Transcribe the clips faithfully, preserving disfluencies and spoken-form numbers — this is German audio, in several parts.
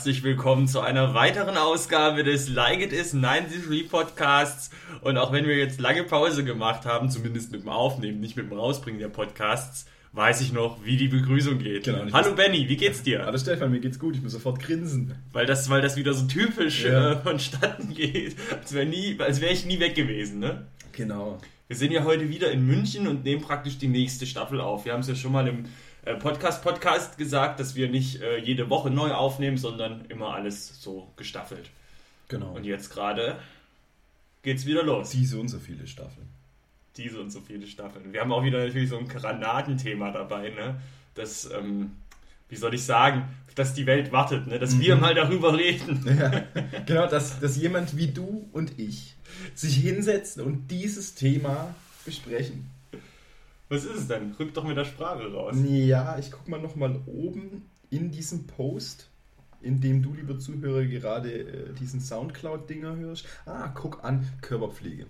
herzlich willkommen zu einer weiteren Ausgabe des Like It Is neunundneunzig Podcasts. Und auch wenn wir jetzt lange Pause gemacht haben, zumindest mit dem Aufnehmen, nicht mit dem Rausbringen der Podcasts, weiß ich noch, wie die Begrüßung geht. Genau, Hallo Benni, wie geht's dir? Hallo Stefan, mir geht's gut, ich muss sofort grinsen. Weil das, weil das wieder so typisch ja. äh, vonstatten geht, als wäre nie, als wäre ich nie weg gewesen, ne? Genau. Wir sind ja heute wieder in München und nehmen praktisch die nächste Staffel auf. Wir haben es ja schon mal im Podcast-Podcast gesagt, dass wir nicht äh, jede Woche neu aufnehmen, sondern immer alles so gestaffelt. Genau. Und jetzt gerade geht's wieder los. Diese und so viele Staffeln. Diese und so viele Staffeln. Wir haben auch wieder natürlich so ein Granatenthema dabei, ne? Das, ähm, wie soll ich sagen, dass die Welt wartet, ne? Dass mhm. wir mal darüber reden. Ja, genau, dass, dass jemand wie du und ich sich hinsetzen und dieses Thema besprechen. Was ist es denn? Rück doch mit der Sprache raus. Ja, ich guck mal nochmal oben in diesem Post, in dem du, lieber Zuhörer, gerade äh, diesen Soundcloud-Dinger hörst. Ah, guck an, Körperpflege.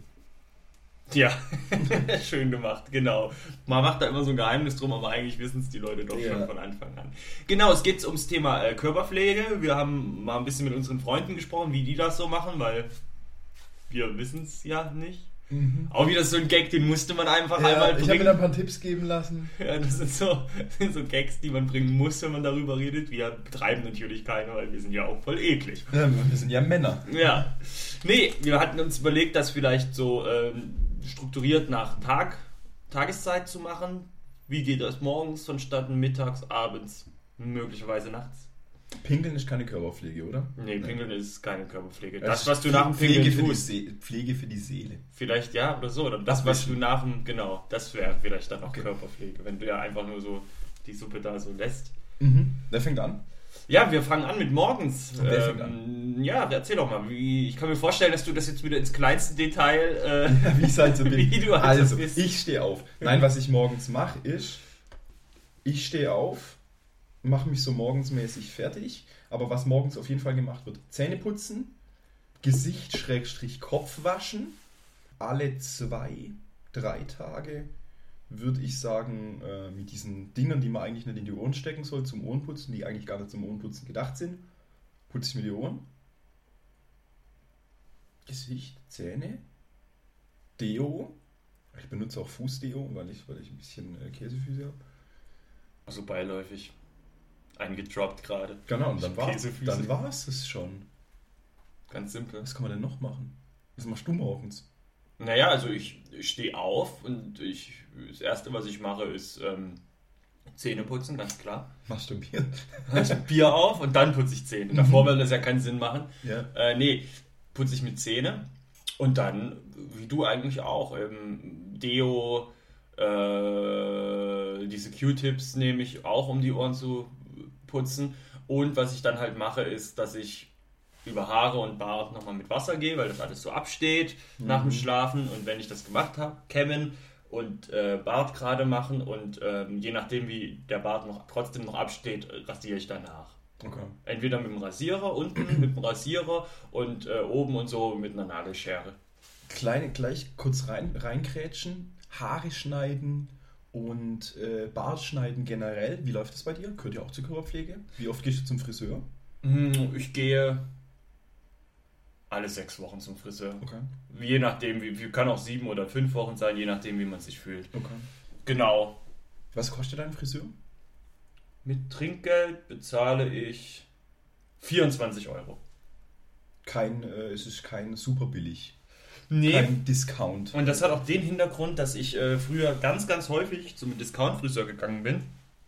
Ja, schön gemacht, genau. Man macht da immer so ein Geheimnis drum, aber eigentlich wissen es die Leute doch ja. schon von Anfang an. Genau, es geht ums Thema äh, Körperpflege. Wir haben mal ein bisschen mit unseren Freunden gesprochen, wie die das so machen, weil wir wissen es ja nicht. Mhm. Auch wieder so ein Gag, den musste man einfach ja, einmal bringen. Ich habe mir da ein paar Tipps geben lassen. Ja, das sind, so, das sind so Gags, die man bringen muss, wenn man darüber redet. Wir betreiben natürlich keine, weil wir sind ja auch voll eklig. Ja, wir sind ja Männer. Ja. Nee, wir hatten uns überlegt, das vielleicht so ähm, strukturiert nach Tag, Tageszeit zu machen. Wie geht das morgens vonstatten, mittags, abends, möglicherweise nachts? Pinkeln ist keine Körperpflege, oder? Nee, Pinkeln nee. ist keine Körperpflege. Das, das was du nach dem Pinkeln Pflege tust. Für die Pflege für die Seele. Vielleicht ja oder so. Oder das, das was du nach dem, genau, das wäre vielleicht dann auch okay. Körperpflege. Wenn du ja einfach nur so die Suppe da so lässt. Mhm. Wer fängt an? Ja, wir fangen an mit morgens. Und wer ähm, fängt an? Ja, erzähl doch mal. Wie, ich kann mir vorstellen, dass du das jetzt wieder ins kleinste Detail... Äh, ja, wie ich halt so bin. Wie du halt also, so bist. Ich stehe auf. Nein, was ich morgens mache ist, ich stehe auf, mache mich so morgensmäßig fertig. Aber was morgens auf jeden Fall gemacht wird, Zähne putzen, Gesicht Schrägstrich Kopf waschen, alle zwei, drei Tage, würde ich sagen, äh, mit diesen Dingern, die man eigentlich nicht in die Ohren stecken soll, zum Ohrenputzen, die eigentlich gar nicht zum Ohrenputzen gedacht sind, putze ich mir die Ohren, Gesicht, Zähne, Deo, ich benutze auch Fußdeo, weil ich, weil ich ein bisschen äh, Käsefüße habe. Also beiläufig. Eingedroppt gerade. Genau, und dann war dann war es es schon. Ganz simpel. Was kann man denn noch machen? Was machst du morgens? Naja, also ich, ich stehe auf und ich das Erste, was ich mache, ist ähm, Zähne putzen, ganz klar. Machst du Bier? Mach ich Bier auf und dann putze ich Zähne. Davor würde das ja keinen Sinn machen. Ja. Äh, nee, putze ich mit Zähne und dann, wie du eigentlich auch, ähm, Deo, äh, diese Q-Tips nehme ich auch, um die Ohren zu putzen. Und was ich dann halt mache, ist, dass ich über Haare und Bart nochmal mit Wasser gehe, weil das alles so absteht mhm. nach dem Schlafen. Und wenn ich das gemacht habe, kämmen und äh, Bart gerade machen und ähm, je nachdem, wie der Bart noch trotzdem noch absteht, rasiere ich danach. Okay. Entweder mit dem Rasierer, unten mit dem Rasierer und äh, oben und so mit einer Nagelschere. Kleine, gleich kurz rein, reinkrätschen, Haare schneiden und äh, Bart schneiden generell. Wie läuft das bei dir? Gehört ja auch zur Körperpflege. Wie oft gehst du zum Friseur? Ich gehe alle sechs Wochen zum Friseur. Okay. Je nachdem, wie, wie kann auch sieben oder fünf Wochen sein, je nachdem, wie man sich fühlt. Okay. Genau. Was kostet dein Friseur? Mit Trinkgeld bezahle ich vierundzwanzig Euro. Kein, äh, es ist kein super billig. Nee. Kein Discount. Und das hat auch den Hintergrund, dass ich äh, früher ganz, ganz häufig zum Discount-Friseur gegangen bin.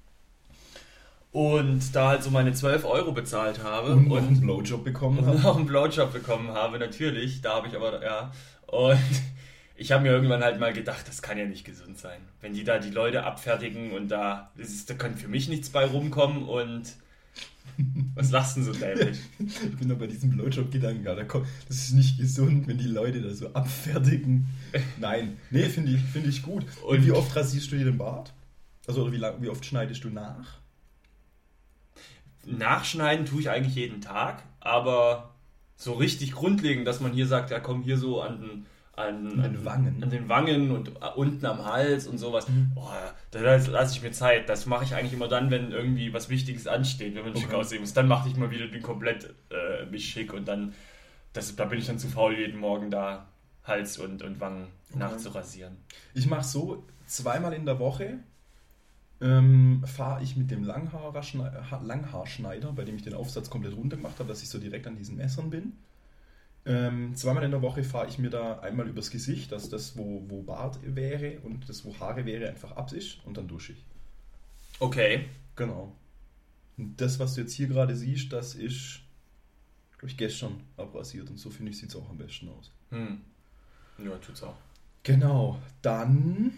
Und da halt so meine zwölf Euro bezahlt habe. Und, und einen Blowjob bekommen habe. Und auch einen Blowjob bekommen habe, natürlich. Da habe ich aber, ja. Und ich habe mir irgendwann halt mal gedacht, das kann ja nicht gesund sein. Wenn die da die Leute abfertigen und da, das ist, da kann für mich nichts bei rumkommen und was lachst du denn so, David? Ich bin da bei diesem Blowjob-Gedanken, ja, das ist nicht gesund, wenn die Leute da so abfertigen. Nein, nee, finde ich, find ich gut. Und, und wie oft rasierst du dir den Bart? Also oder wie, lang, wie oft schneidest du nach? Nachschneiden tue ich eigentlich jeden Tag, aber so richtig grundlegend, dass man hier sagt, ja komm, hier so an den, an, an den Wangen. An den Wangen und unten am Hals und sowas. Mhm. Boah, da lasse ich mir Zeit. Das mache ich eigentlich immer dann, wenn irgendwie was Wichtiges ansteht, wenn man okay. schick aussehen muss. Dann mache ich mal wieder den komplett äh, mich schick und dann, das, da bin ich dann zu faul, jeden Morgen da Hals und, und Wangen okay. nachzurasieren. Ich mache so, zweimal in der Woche ähm, fahre ich mit dem Langhaarschneider, bei dem ich den Aufsatz komplett runter gemacht habe, dass ich so direkt an diesen Messern bin. Ähm, zweimal in der Woche fahre ich mir da einmal übers Gesicht, dass das, wo, wo Bart wäre und das, wo Haare wäre, einfach ab ist und dann dusche ich. Okay. Genau. Und das, was du jetzt hier gerade siehst, das ist, glaube ich, gestern abrasiert und so, finde ich, sieht es auch am besten aus. Hm. Ja, tut's auch. Genau. Dann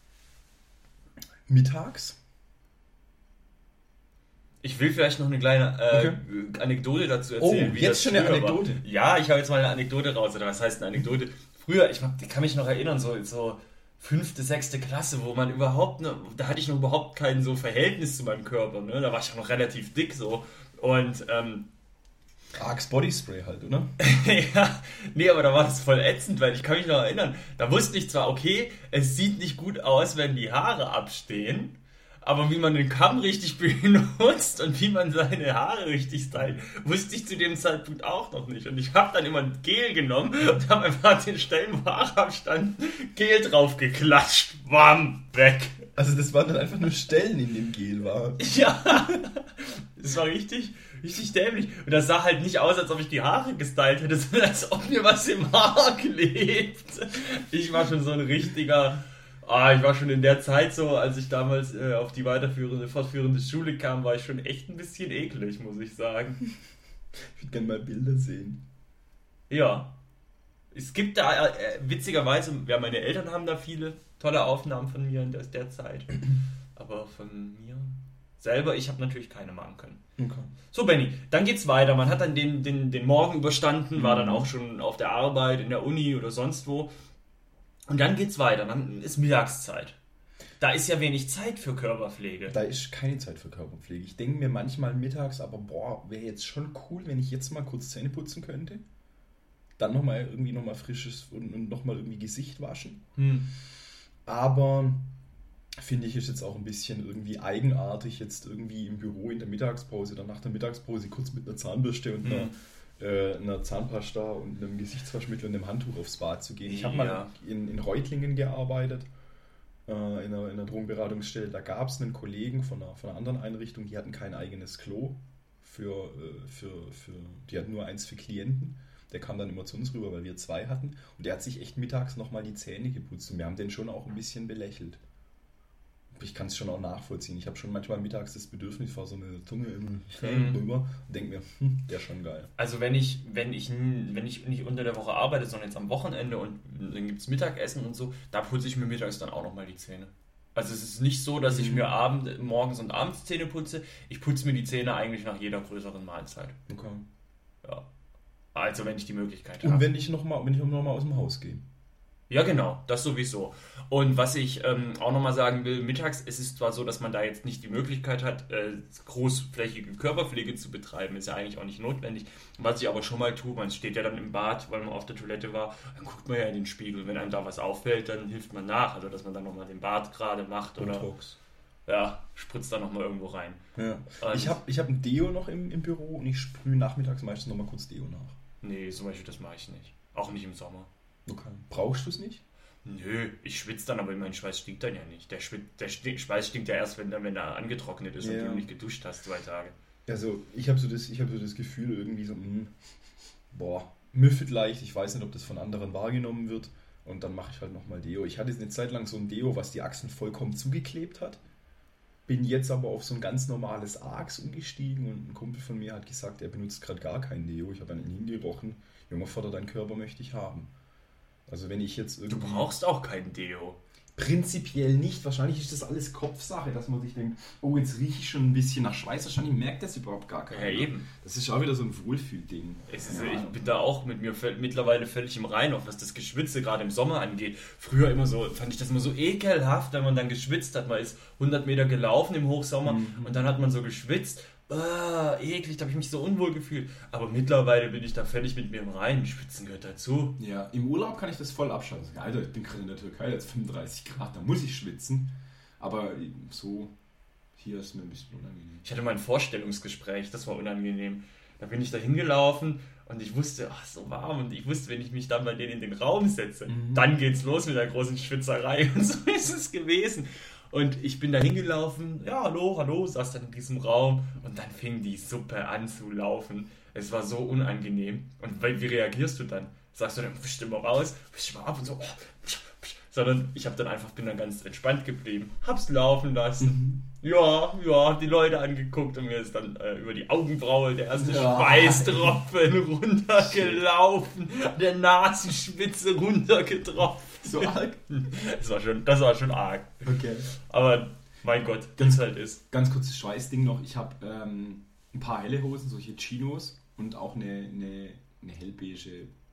mittags. Ich will vielleicht noch eine kleine äh, okay. Anekdote dazu erzählen. Oh, wie jetzt schon eine Anekdote? War. Ja, ich habe jetzt mal eine Anekdote raus. Oder was heißt eine Anekdote? Früher, ich, ich kann mich noch erinnern, so, so fünfte, sechste Klasse, wo man überhaupt, ne, da hatte ich noch überhaupt kein so Verhältnis zu meinem Körper. Ne? Da war ich auch noch relativ dick so. Und ähm, Axe Body Spray halt, oder? Ja, nee, aber da war das voll ätzend, weil ich kann mich noch erinnern, da wusste ich zwar, okay, es sieht nicht gut aus, wenn die Haare abstehen, aber wie man den Kamm richtig benutzt und wie man seine Haare richtig stylt, wusste ich zu dem Zeitpunkt auch noch nicht. Und ich habe dann immer ein Gel genommen und habe einfach an den Stellen, wo Haare abstanden, Gel drauf geklatscht. Bam, weg. Also das waren dann einfach nur Stellen, in dem Gel war. Ja, das war richtig, richtig dämlich. Und das sah halt nicht aus, als ob ich die Haare gestylt hätte, sondern als ob mir was im Haar klebt. Ich war schon so ein richtiger... Ah, ich war schon in der Zeit so, als ich damals äh, auf die weiterführende, fortführende Schule kam, war ich schon echt ein bisschen eklig, muss ich sagen. Ich würde gerne mal Bilder sehen. Ja. Es gibt da, äh, witzigerweise, ja, meine Eltern haben da viele tolle Aufnahmen von mir in der, der Zeit. Aber von mir selber, ich habe natürlich keine machen können. Okay. So, Benni, dann geht's weiter. Man hat dann den, den, den Morgen überstanden, war dann auch schon auf der Arbeit, in der Uni oder sonst wo. Und dann geht's weiter, dann ist Mittagszeit. Da ist ja wenig Zeit für Körperpflege. Da ist keine Zeit für Körperpflege. Ich denke mir manchmal mittags, aber boah, wäre jetzt schon cool, wenn ich jetzt mal kurz Zähne putzen könnte. Dann nochmal irgendwie nochmal frisches und, und nochmal irgendwie Gesicht waschen. Hm. Aber finde ich, ist jetzt auch ein bisschen irgendwie eigenartig, jetzt irgendwie im Büro in der Mittagspause oder nach der Mittagspause kurz mit einer Zahnbürste und hm. einer Äh, einer Zahnpasta und einem Gesichtswaschmittel und einem Handtuch aufs Bad zu gehen. Ich habe ja. mal in, in Reutlingen gearbeitet, äh, in, einer, in einer Drogenberatungsstelle. Da gab es einen Kollegen von einer, von einer anderen Einrichtung, die hatten kein eigenes Klo. Für, äh, für, für, die hatten nur eins für Klienten. Der kam dann immer zu uns rüber, weil wir zwei hatten. Und der hat sich echt mittags nochmal die Zähne geputzt. Und wir haben den schon auch ein bisschen belächelt. Ich kann es schon auch nachvollziehen. Ich habe schon manchmal mittags das Bedürfnis, vor so eine Zunge im Zähne rüber und denke mir, hm, der ist schon geil. Also wenn ich, wenn ich wenn ich nicht unter der Woche arbeite, sondern jetzt am Wochenende und dann gibt es Mittagessen und so, da putze ich mir mittags dann auch nochmal die Zähne. Also es ist nicht so, dass ich mir Abend, morgens und abends Zähne putze. Ich putze mir die Zähne eigentlich nach jeder größeren Mahlzeit. Okay. Ja. Also wenn ich die Möglichkeit und habe. Und wenn ich nochmal noch mal aus dem Haus gehe. Ja, genau, das sowieso. Und was ich ähm, auch nochmal sagen will, mittags ist es zwar so, dass man da jetzt nicht die Möglichkeit hat, äh, großflächige Körperpflege zu betreiben, ist ja eigentlich auch nicht notwendig. Was ich aber schon mal tue, man steht ja dann im Bad, weil man auf der Toilette war, dann guckt man ja in den Spiegel. Wenn einem da was auffällt, dann hilft man nach. Also, dass man dann nochmal den Bart gerade macht oder Botox. Ja, spritzt da nochmal irgendwo rein. Ja. Ich habe ich hab ein Deo noch im, im Büro und ich sprühe nachmittags meistens nochmal kurz Deo nach. Nee, zum Beispiel das mache ich nicht. Auch nicht im Sommer. Okay. Brauchst du es nicht? Nö, ich schwitze dann, aber mein Schweiß stinkt dann ja nicht. Der, Schwitz, der Schweiß stinkt ja erst, wenn, wenn er angetrocknet ist yeah. und du nicht geduscht hast, zwei Tage. Also ich habe so, das, hab so das Gefühl irgendwie so, mh, boah, müffelt leicht, ich weiß nicht, ob das von anderen wahrgenommen wird und dann mache ich halt nochmal Deo. Ich hatte eine Zeit lang so ein Deo, was die Achseln vollkommen zugeklebt hat, bin jetzt aber auf so ein ganz normales Axe umgestiegen und ein Kumpel von mir hat gesagt, er benutzt gerade gar kein Deo. Ich habe an ihn hingerochen, Junge Vater, deinen Körper möchte ich haben. Also wenn ich jetzt irgendwie... Du brauchst auch kein Deo. Prinzipiell nicht. Wahrscheinlich ist das alles Kopfsache, dass man sich denkt, oh, jetzt rieche ich schon ein bisschen nach Schweiß. Wahrscheinlich merkt das überhaupt gar keiner. Ja, eben. Das ist auch wieder so ein Wohlfühlding. Es ist, ja. Ich bin da auch mit mir mittlerweile völlig im Reinen, auch was das Geschwitze gerade im Sommer angeht. Früher immer so, fand ich das immer so ekelhaft, wenn man dann geschwitzt hat. Man ist hundert Meter gelaufen im Hochsommer mhm. und dann hat man so geschwitzt. äh, eklig, da habe ich mich so unwohl gefühlt. Aber mittlerweile bin ich da völlig mit mir im Reinen. Schwitzen gehört dazu. Ja, im Urlaub kann ich das voll abschalten. Alter, ich bin gerade in der Türkei, jetzt fünfunddreißig Grad, da muss ich schwitzen. Aber so, hier ist mir ein bisschen unangenehm. Ich hatte mal ein Vorstellungsgespräch, das war unangenehm. Da bin ich da hingelaufen und ich wusste, ach, so warm. Und ich wusste, wenn ich mich dann bei denen in den Raum setze, mhm. dann geht's los mit der großen Schwitzerei. Und so ist es gewesen. Und ich bin da hingelaufen, ja, hallo, hallo, saß dann in diesem Raum und dann fing die Suppe an zu laufen. Es war so unangenehm. Und wie reagierst du dann? Sagst du dann, wisch immer raus, wisch mal ab und so, oh, psch, psch. Sondern ich habe dann einfach, bin dann ganz entspannt geblieben, hab's laufen lassen. Mhm. Ja, ja, die Leute angeguckt und mir ist dann äh, über die Augenbraue der erste ja. Schweißtropfen runtergelaufen, der Nasenspitze runtergetropft. So arg? Das war schon, das war schon arg. Okay. Aber mein Gott, wie es halt ist. Ganz kurzes Schweißding noch. Ich habe ähm, ein paar helle Hosen, solche Chinos und auch eine, eine, eine hellbeige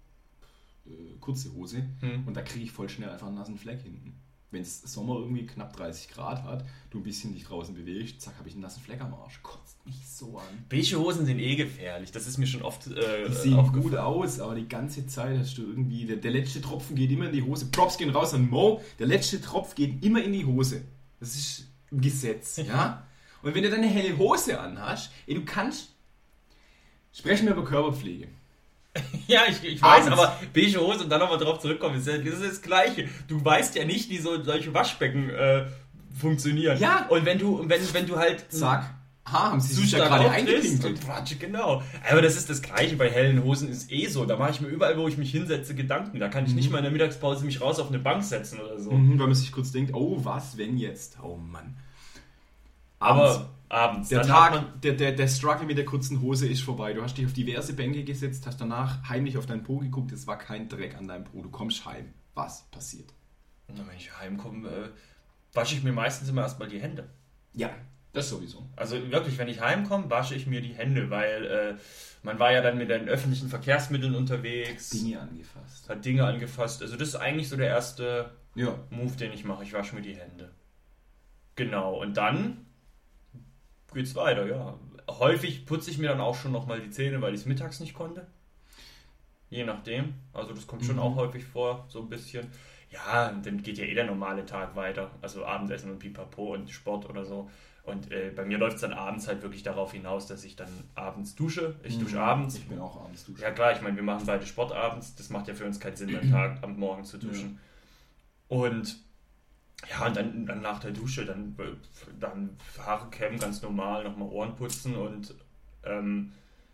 äh, kurze Hose. Hm. Und da kriege ich voll schnell einfach einen nassen Fleck hinten. Wenn es Sommer irgendwie knapp dreißig Grad hat, du ein bisschen dich draußen bewegst, zack, habe ich einen nassen Fleck am Arsch. Kotzt mich so an. Beige Hosen sind eh gefährlich, das ist mir schon oft äh, die sehen gut aus, aber die ganze Zeit hast du irgendwie, der, der letzte Tropfen geht immer in die Hose. Props gehen raus an Mo, der letzte Tropf geht immer in die Hose. Das ist ein Gesetz, ja? Und wenn du dann eine helle Hose anhast, ey, du kannst, sprechen wir über Körperpflege. Ja, ich, ich weiß, aber beige Hose und dann nochmal drauf zurückkommen, das ist das Gleiche. Du weißt ja nicht, wie so solche Waschbecken äh, funktionieren. Ja. Und wenn du, wenn, wenn du halt... Sag, ha, haben sie sich ja gerade eingepinkelt. Quatsch, genau. Aber das ist das Gleiche bei hellen Hosen, ist eh so. Da mache ich mir überall, wo ich mich hinsetze, Gedanken. Da kann ich mhm. nicht mal in der Mittagspause mich raus auf eine Bank setzen oder so. Mhm, weil man sich kurz denkt, oh, was, wenn jetzt? Oh Mann. Abends. Aber abends. Der Tag, der, der, der Struggle mit der kurzen Hose ist vorbei. Du hast dich auf diverse Bänke gesetzt, hast danach heimlich auf dein Po geguckt, es war kein Dreck an deinem Po. Du kommst heim. Was passiert? Na, wenn ich heimkomme, äh, wasche ich mir meistens immer erstmal die Hände. Ja, das sowieso. Also wirklich, wenn ich heimkomme, wasche ich mir die Hände, weil äh, man war ja dann mit den öffentlichen Verkehrsmitteln unterwegs. Dinge angefasst. Hat Dinge angefasst. Also das ist eigentlich so der erste ja. Move, den ich mache. Ich wasche mir die Hände. Genau, und dann geht's weiter, ja. Häufig putze ich mir dann auch schon nochmal die Zähne, weil ich es mittags nicht konnte. Je nachdem. Also das kommt schon mhm. auch häufig vor, so ein bisschen. Ja, dann geht ja eh der normale Tag weiter. Also Abendessen und Pipapo und Sport oder so. Und äh, bei mir läuft es dann abends halt wirklich darauf hinaus, dass ich dann abends dusche. Ich dusche mhm. abends. Ich bin auch abends duschen. Ja klar, ich meine, wir machen beide Sport abends. Das macht ja für uns keinen Sinn, am Tag, am Morgen zu duschen. Ja. Und ja, und dann, dann nach der Dusche, dann, dann Haare kämmen, ganz normal, nochmal Ohren putzen und ähm,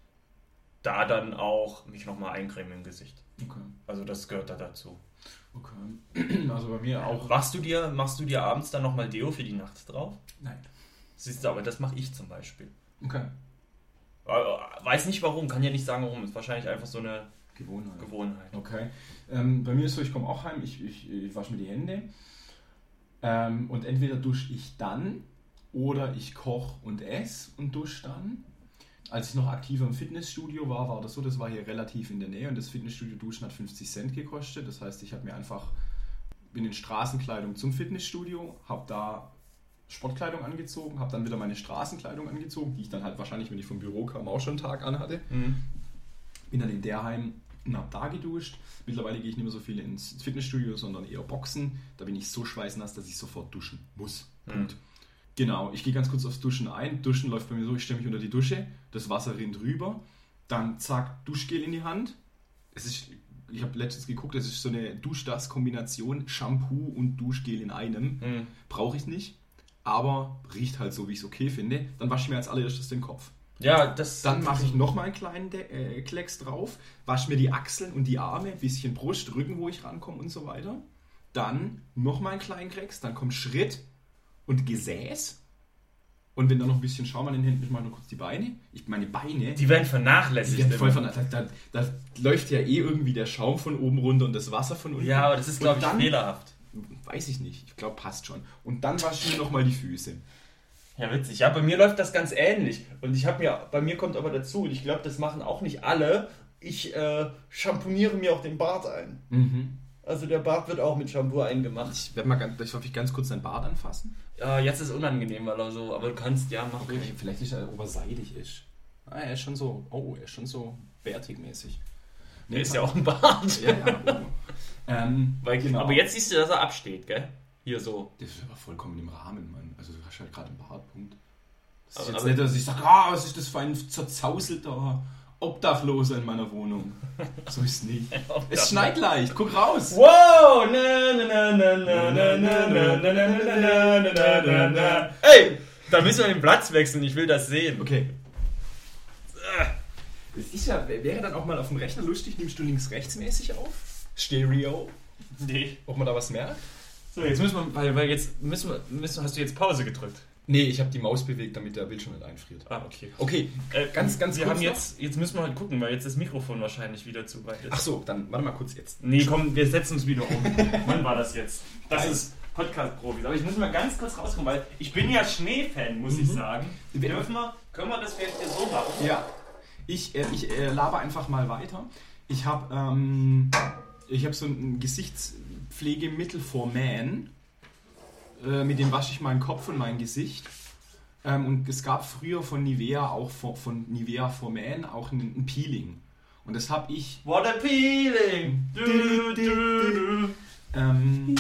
da dann auch mich nochmal eincremen im Gesicht. Okay. Also das gehört da dazu. Okay. Also bei mir auch. Machst du dir, machst du dir abends dann nochmal Deo für die Nacht drauf? Nein. Siehst du, aber das mache ich zum Beispiel. Okay. Weiß nicht warum, kann ja nicht sagen warum. Ist wahrscheinlich einfach so eine Gewohnheit. Gewohnheit. Okay. Ähm, bei mir ist so, ich komme auch heim, ich, ich, ich wasche mir die Hände. Ähm, und entweder dusche ich dann oder ich koche und esse und dusche dann. Als ich noch aktiver im Fitnessstudio war, war das so, das war hier relativ in der Nähe und das Fitnessstudio Duschen hat fünfzig Cent gekostet. Das heißt, ich habe mir einfach, bin in Straßenkleidung zum Fitnessstudio, habe da Sportkleidung angezogen, habe dann wieder meine Straßenkleidung angezogen, die ich dann halt wahrscheinlich, wenn ich vom Büro kam, auch schon einen Tag anhatte. Mhm. Bin dann in der heim und habe da geduscht. Mittlerweile gehe ich nicht mehr so viel ins Fitnessstudio, sondern eher boxen. Da bin ich so schweißnass, dass ich sofort duschen muss. Punkt. Mhm. Genau, ich gehe ganz kurz aufs Duschen ein. Duschen läuft bei mir so, ich stelle mich unter die Dusche, das Wasser rinnt rüber, dann zack, Duschgel in die Hand. Es ist, ich habe letztens geguckt, das ist so eine Duschdas-Kombination, Shampoo und Duschgel in einem. Mhm. Brauche ich nicht, aber riecht halt so, wie ich es okay finde. Dann wasche ich mir als allererstes den Kopf. Ja, das Dann mache ich nochmal einen kleinen De- äh, Klecks drauf, wasche mir die Achseln und die Arme, bisschen Brust, Rücken, wo ich rankomme und so weiter. Dann nochmal einen kleinen Klecks, dann kommt Schritt und Gesäß. Und wenn da noch ein bisschen Schaum an den Händen ist, mache ich noch kurz die Beine. Ich meine Beine... Die werden vernachlässigt. Die werden voll vernachlässigt. Da, da, da läuft ja eh irgendwie der Schaum von oben runter und das Wasser von unten. Ja, aber das ist, glaube ich, dann, fehlerhaft. Weiß ich nicht. Ich glaube, passt schon. Und dann wasche ich mir nochmal die Füße. Ja, witzig. Ja, bei mir läuft das ganz ähnlich. Und ich habe mir, bei mir kommt aber dazu, und ich glaube, das machen auch nicht alle, ich äh, schamponiere mir auch den Bart ein. Mhm. Also der Bart wird auch mit Shampoo eingemacht. Ich werde mal ganz, darf ich ganz kurz deinen Bart anfassen? Ja, jetzt ist es unangenehm, weil er so, aber du kannst, ja, mach Okay, ruhig. vielleicht nicht, er oberseitig ist. Ah, er ist schon so, oh, er ist schon so bärtig mäßig. Der ist ja auch ein Bart. Ja, ja. Oh. ähm, Weil, genau. Aber jetzt siehst du, dass er absteht, gell? Hier so. Das ist aber vollkommen im Rahmen, Mann. Also du hast halt gerade einen Bartpunkt. Das ist Aber- jetzt aber- nicht, dass ich sage, ah, was ist das für ein zerzauselter Obdachloser in meiner Wohnung. So ist es nicht. Es schneit leicht, guck raus. Wow! Na, na, na, na, na, na, na, na, na, na, na, na, na, na. Ey! Da müssen wir den Platz wechseln, ich will das sehen. Okay. Das ist ja, wäre dann auch mal auf dem Rechner lustig, nimmst du links-rechts-mäßig auf? Stereo? Nee. Ob man da was merkt? So, jetzt müssen wir, weil, weil jetzt müssen wir, müssen, hast du jetzt Pause gedrückt? Nee, ich habe die Maus bewegt, damit der Bildschirm nicht einfriert. Ah, okay. Okay, Äh, ganz, ganz wir kurz haben noch. jetzt, jetzt müssen wir halt gucken, weil jetzt das Mikrofon wahrscheinlich wieder zu weit ist. Ach so, dann warte mal kurz jetzt. Nee, komm, wir setzen uns wieder um. Wann war das jetzt? Das ist Podcast-Profis. Aber ich muss mal ganz kurz rauskommen, weil ich bin ja Schneefan, muss ich sagen. Dürfen wir, können wir das vielleicht hier so machen? Ja, ich, äh, ich äh, laber einfach mal weiter. Ich habe ähm, ich hab so ein Gesichtspflegemittel for Man. Äh, mit dem wasche ich meinen Kopf und mein Gesicht. Ähm, und es gab früher von Nivea, auch von, von Nivea for Man, auch ein, ein Peeling. Und das habe ich... What a peeling! Du, du, du. Ähm,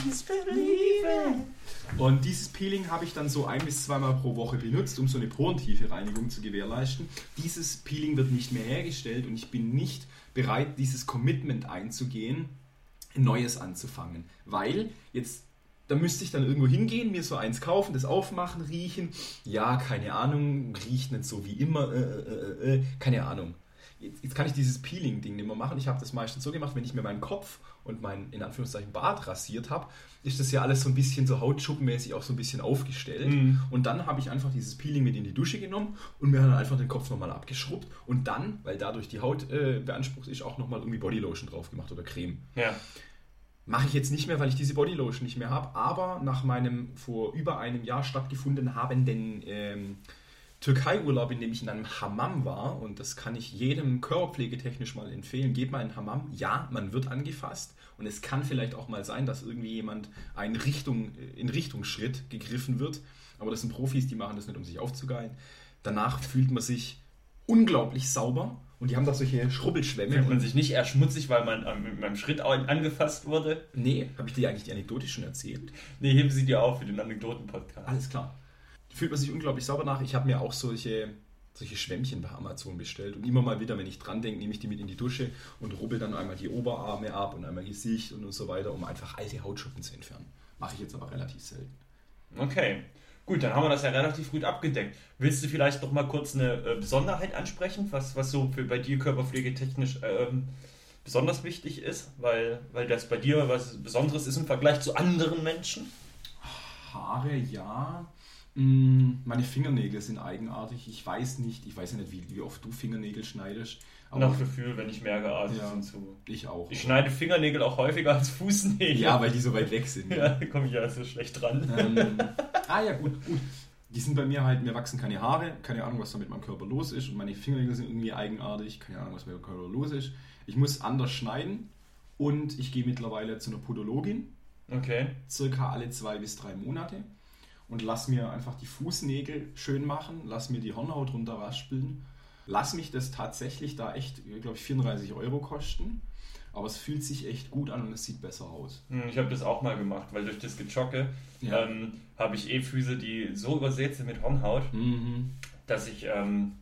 und dieses Peeling habe ich dann so ein- bis zweimal pro Woche benutzt, um so eine porentiefe Reinigung zu gewährleisten. Dieses Peeling wird nicht mehr hergestellt und ich bin nicht bereit, dieses Commitment einzugehen, ein neues anzufangen. Weil jetzt, da müsste ich dann irgendwo hingehen, mir so eins kaufen, das aufmachen, riechen. Ja, keine Ahnung, riecht nicht so wie immer, äh, äh, äh, keine Ahnung. Jetzt, jetzt kann ich dieses Peeling-Ding nicht mehr machen. Ich habe das meistens so gemacht, wenn ich mir meinen Kopf und meinen, in Anführungszeichen, Bart rasiert habe, ist das ja alles so ein bisschen so hautschuppenmäßig auch so ein bisschen aufgestellt. Mhm. Und dann habe ich einfach dieses Peeling mit in die Dusche genommen und mir dann einfach den Kopf nochmal abgeschrubbt und dann, weil dadurch die Haut äh, beansprucht ist, auch nochmal irgendwie Bodylotion drauf gemacht oder Creme. Ja. Mache ich jetzt nicht mehr, weil ich diese Bodylotion nicht mehr habe, aber nach meinem vor über einem Jahr stattgefunden habenden ähm, Türkei-Urlaub, in dem ich in einem Hammam war, und das kann ich jedem körperpflegetechnisch mal empfehlen, geht mal in einen Hammam. Ja, man wird angefasst und es kann vielleicht auch mal sein, dass irgendwie jemand einen Richtung, in Richtungsschritt gegriffen wird, aber das sind Profis, die machen das nicht, um sich aufzugeilen. Danach fühlt man sich unglaublich sauber und die haben da solche Schrubbelschwämme. Fühlt man und sich nicht eher schmutzig, weil man ähm, mit meinem Schritt au- angefasst wurde? nee, habe ich dir eigentlich die Anekdote schon erzählt? Nee, heben Sie dir auf für den Anekdoten-Podcast. Alles klar. Fühlt man sich unglaublich sauber nach. Ich habe mir auch solche, solche Schwämmchen bei Amazon bestellt. Und immer mal wieder, wenn ich dran denke, nehme ich die mit in die Dusche und rubbel dann einmal die Oberarme ab und einmal Gesicht und so weiter, um einfach alte Hautschuppen zu entfernen. Mache ich jetzt aber relativ selten. Okay. Gut, dann haben wir das ja relativ gut abgedeckt. Willst du vielleicht noch mal kurz eine äh, Besonderheit ansprechen, was, was so für bei dir körperpflegetechnisch ähm, besonders wichtig ist? Weil, weil das bei dir was Besonderes ist im Vergleich zu anderen Menschen? Haare, ja. Meine Fingernägel sind eigenartig. Ich weiß nicht, ich weiß ja nicht, wie, wie oft du Fingernägel schneidest. Aber Nach Gefühl, wenn ich merke, ah, sie Ja. sind zu... ich auch. Ich schneide Fingernägel auch häufiger als Fußnägel. Ja, weil die so weit weg sind. Ja, da komme ich ja so schlecht dran. ähm, ah ja, gut, gut. Die sind bei mir halt, mir wachsen keine Haare, keine Ahnung, was da mit meinem Körper los ist und meine Fingernägel sind irgendwie eigenartig, keine Ahnung, was mit meinem Körper los ist. Ich muss anders schneiden und ich gehe mittlerweile zu einer Podologin, Okay. circa alle zwei bis drei Monate und lass mir einfach die Fußnägel schön machen, lass mir die Hornhaut runter raspeln, lass mich das tatsächlich da echt, glaube ich, vierunddreißig Euro kosten. Aber es fühlt sich echt gut an und es sieht besser aus. Hm, Ich habe das auch mal gemacht, weil durch das Gejogge Ja. ähm, habe ich eh Füße, die so übersät sind mit Hornhaut, Mhm. dass ich, ähm,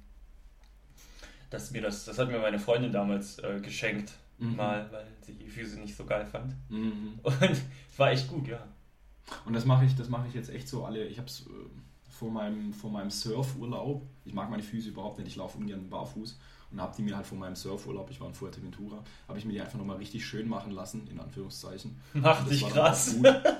dass mir das, das hat mir meine Freundin damals äh, geschenkt, Mhm. mal, weil sie die Füße nicht so geil fand. Mhm. Und es war echt gut, ja. Und das mache ich, das mache ich jetzt echt so alle. Ich habe es äh, vor meinem, vor meinem Surfurlaub. Ich mag meine Füße überhaupt nicht. Ich laufe ungern barfuß und habe die mir halt vor meinem Surfurlaub. Ich war in Fuerteventura, habe ich mir die einfach nochmal richtig schön machen lassen in Anführungszeichen. Macht Und das dich war dann krass. auch gut.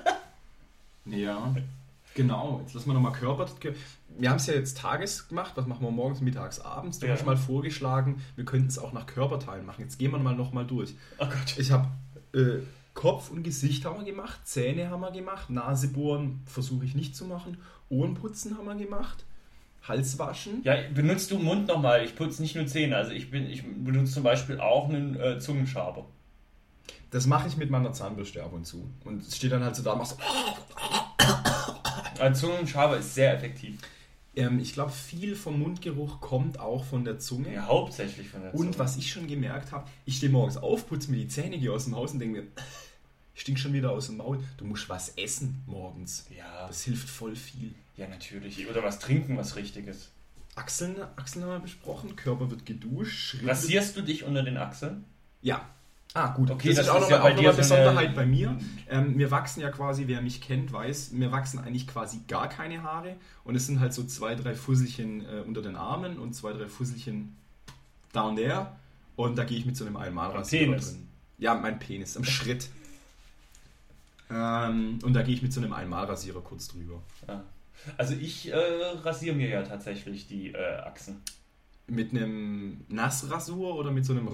Ja, genau. Jetzt lassen wir nochmal Körper. Wir haben es ja jetzt tages gemacht. Was machen wir morgens, mittags, abends? Du Ja. hast mal vorgeschlagen, wir könnten es auch nach Körperteilen machen. Jetzt gehen wir mal nochmal durch. Oh Gott. Ich habe äh, Kopf und Gesicht haben wir gemacht, Zähne haben wir gemacht, Nase bohren versuche ich nicht zu machen, Ohrenputzen haben wir gemacht, Hals waschen. Ja, benutzt du den Mund nochmal? Ich putze nicht nur Zähne. Also ich bin, ich benutze zum Beispiel auch einen äh, Zungenschaber. Das mache ich mit meiner Zahnbürste ab und zu. Und es steht dann halt so da, machst so. Ein Zungenschaber ist sehr effektiv. Ähm, ich glaube, viel vom Mundgeruch kommt auch von der Zunge. Ja, hauptsächlich von der Zunge. Und was ich schon gemerkt habe, ich stehe morgens auf, putze mir die Zähne, gehe aus dem Haus und denke mir, ich stink schon wieder aus dem Maul. Du musst was essen morgens. Ja. Das hilft voll viel. Ja, natürlich. Oder was trinken, was Richtiges. Achseln, Achseln haben wir besprochen, Körper wird geduscht. Rasierst du dich unter den Achseln? Ja. Ah, gut. Okay, das, das ist auch ist noch ja eine, bei auch noch dir eine so eine- Besonderheit bei mir. Ähm, mir wachsen ja quasi, wer mich kennt, weiß, mir wachsen eigentlich quasi gar keine Haare. Und es sind halt so zwei, drei Fusselchen äh, unter den Armen und zwei, drei Fusselchen down there. Und da gehe ich mit so einem Einmalrasierer Penis. drin. Ja, mein Penis, am Schritt. Ähm, und da gehe ich mit so einem Einmalrasierer kurz drüber. Ja. Also ich äh, rasiere mir ja tatsächlich die äh, Achsen. Mit einem Nassrasur oder mit so einem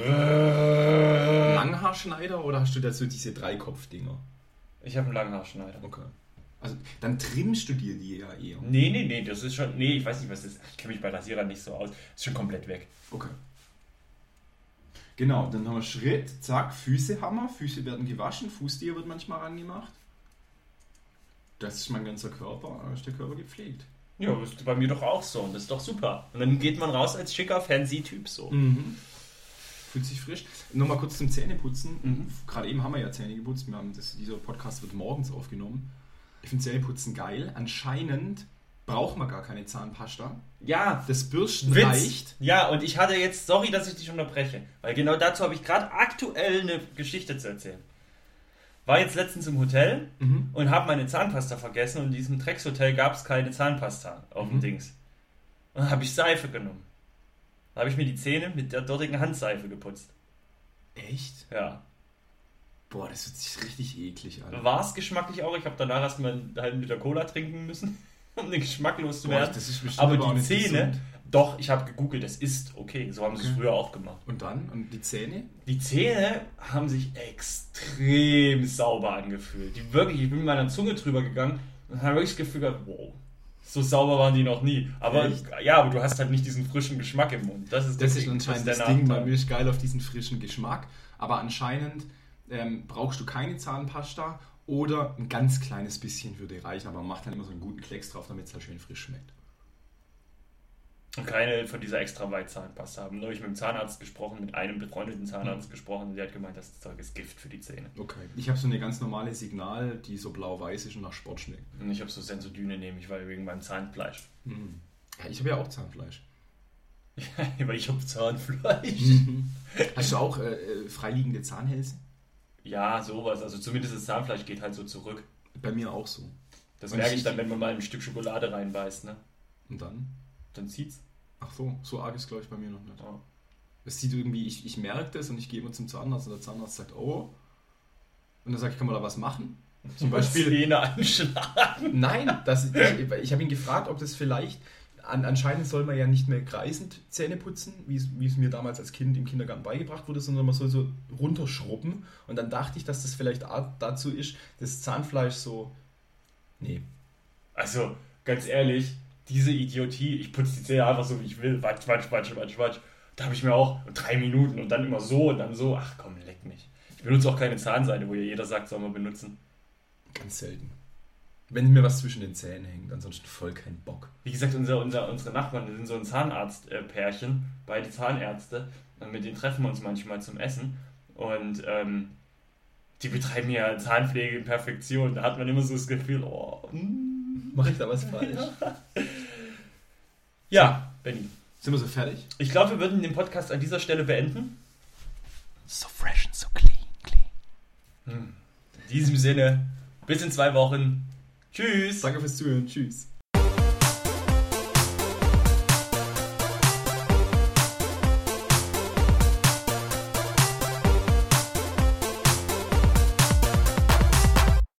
Äh. Langhaarschneider oder hast du dazu diese Dreikopfdinger? Ich habe einen Langhaarschneider. Okay. Also dann trimmst du dir die ja eher. Nee, nee, nee, das ist schon... Nee, ich weiß nicht, was das ist. Ich kenne mich bei Rasierern nicht so aus. Ist schon komplett weg. Okay. Genau, dann haben wir Schritt, zack, Füße haben wir. Füße werden gewaschen, Fußtier wird manchmal rangemacht. Das ist mein ganzer Körper, da ist der Körper gepflegt. Ja, das ist bei mir doch auch so und das ist doch super. Und dann geht man raus als schicker Fancy-Typ so. Mhm. Fühlt sich frisch. Nochmal kurz zum Zähneputzen. Mhm. Gerade eben haben wir ja Zähne geputzt. Wir haben das, dieser Podcast wird morgens aufgenommen. Ich finde Zähneputzen geil. Anscheinend braucht man gar keine Zahnpasta. Ja, Das Bürsten Witz. reicht. Ja, und ich hatte jetzt, sorry, dass ich dich unterbreche, weil genau dazu habe ich gerade aktuell eine Geschichte zu erzählen. War jetzt letztens im Hotel Mhm. und habe meine Zahnpasta vergessen und in diesem Dreckshotel gab es keine Zahnpasta auf dem Mhm. Dings. Und dann habe ich Seife genommen. Da habe ich mir die Zähne mit der dortigen Handseife geputzt. Echt? Ja. Boah, das hört sich richtig eklig an. War es geschmacklich auch. Ich habe danach erstmal einen halben Liter Cola trinken müssen, um den Geschmack Boah, loszuwerden. das ist bestimmt Aber auch die nicht Zähne, gesund. doch, ich habe gegoogelt, das ist okay. So haben sie es Okay. früher auch gemacht. Und dann? Und die Zähne? Die Zähne haben sich extrem sauber angefühlt. Die wirklich, ich bin mit meiner Zunge drüber gegangen und habe wirklich das Gefühl gehabt, wow, so sauber waren die noch nie. Aber Echt? ja, aber du hast halt nicht diesen frischen Geschmack im Mund. Das ist, Das der ist Ding, anscheinend der das Ding, Nachteil. weil mir ist geil auf diesen frischen Geschmack. Aber anscheinend ähm, brauchst du keine Zahnpasta oder ein ganz kleines bisschen würde reichen. Aber man macht dann immer so einen guten Klecks drauf, damit es halt schön frisch schmeckt. Und keine von dieser extra Weitzahnpasta haben. Neulich mit dem Zahnarzt gesprochen, mit einem befreundeten Zahnarzt gesprochen und der hat gemeint, das Zeug ist Gift für die Zähne. Okay. Ich habe so eine ganz normale Signal, die so blau-weiß ist und nach Sport schmeckt. Und ich habe so Sensodyne nehme ich, weil wegen meinem Zahnfleisch. Mhm. Ja, ich habe ja auch Zahnfleisch. Weil ich habe Zahnfleisch. Mhm. Hast du auch äh, äh, freiliegende Zahnhälse? Ja, sowas. Also zumindest das Zahnfleisch geht halt so zurück. Bei mir auch so. Das Und merke ich- ich dann, wenn man mal ein Stück Schokolade reinbeißt, ne? Und dann? Dann zieht's. Ach so, so arg ist glaube ich bei mir noch nicht. Ja. Es sieht irgendwie, ich, ich merke das und ich gehe immer zum Zahnarzt und der Zahnarzt sagt, oh. Und dann sage ich, kann man da was machen? Zum Beispiel, Zähne anschlagen. nein, das, ich, ich habe ihn gefragt, ob das vielleicht, an, anscheinend soll man ja nicht mehr kreisend Zähne putzen, wie es, wie es mir damals als Kind im Kindergarten beigebracht wurde, sondern man soll so runterschrubben. Und dann dachte ich, dass das vielleicht a- dazu ist, das Zahnfleisch so, nee. Also, ganz ehrlich, diese Idiotie, ich putze die Zähne einfach so, wie ich will. Watsch, watsch, watsch, watsch, watsch. Da habe ich mir auch drei Minuten und dann immer so und dann so. Ach komm, leck mich. Ich benutze auch keine Zahnseide, wo ja jeder sagt, soll man benutzen. Ganz selten. Wenn mir was zwischen den Zähnen hängt, ansonsten voll kein Bock. Wie gesagt, unser, unser, unsere Nachbarn, wir sind so ein Zahnarzt-Pärchen, beide Zahnärzte. Und mit denen treffen wir uns manchmal zum Essen. Und ähm, die betreiben ja Zahnpflege in Perfektion. Da hat man immer so das Gefühl, oh, mm. Mache ich da was falsch? Ja, Benni. Sind wir so fertig? Ich glaube, wir würden den Podcast an dieser Stelle beenden. So fresh and so clean, clean. In diesem Sinne, bis in zwei Wochen. Tschüss. Danke fürs Zuhören. Tschüss.